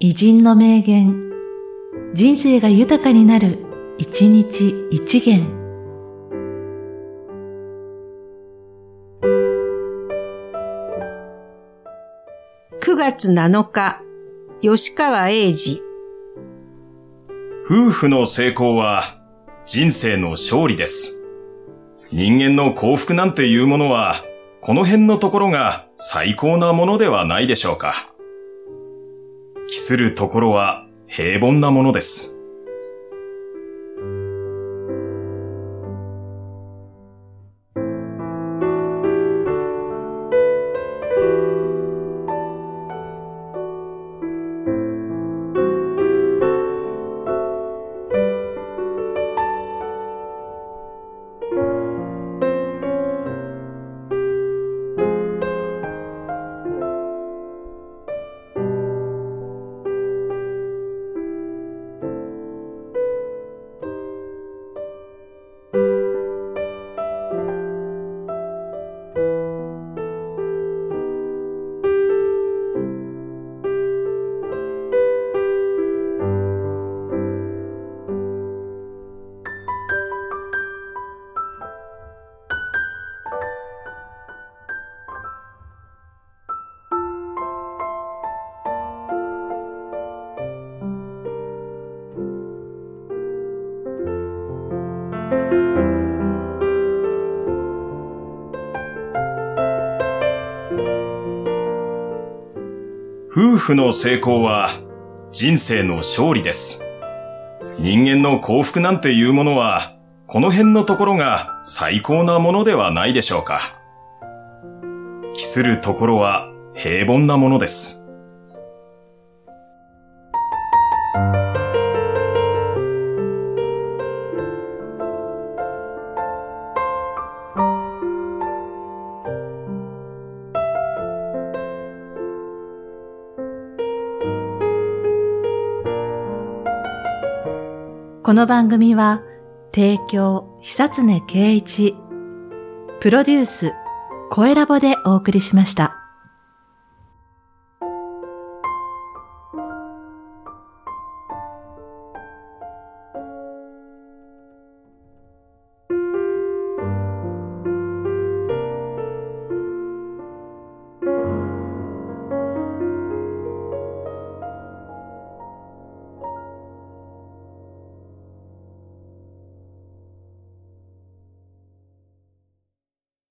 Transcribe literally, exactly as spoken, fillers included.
偉人の名言、人生が豊かになる、一日一元。 くがつなのか、吉川英治。 夫婦の成功は人生の勝利です。人間の幸福なんていうものは、この辺のところが最高なものではないでしょうか。期するところは平凡なものです。夫婦の成功は人生の勝利です。人間の幸福なんていうものは、この辺のところが最高なものではないでしょうか。期するところは平凡なものです。 この番組は、提供、久常圭一、プロデュース、声ラボでお送りしました。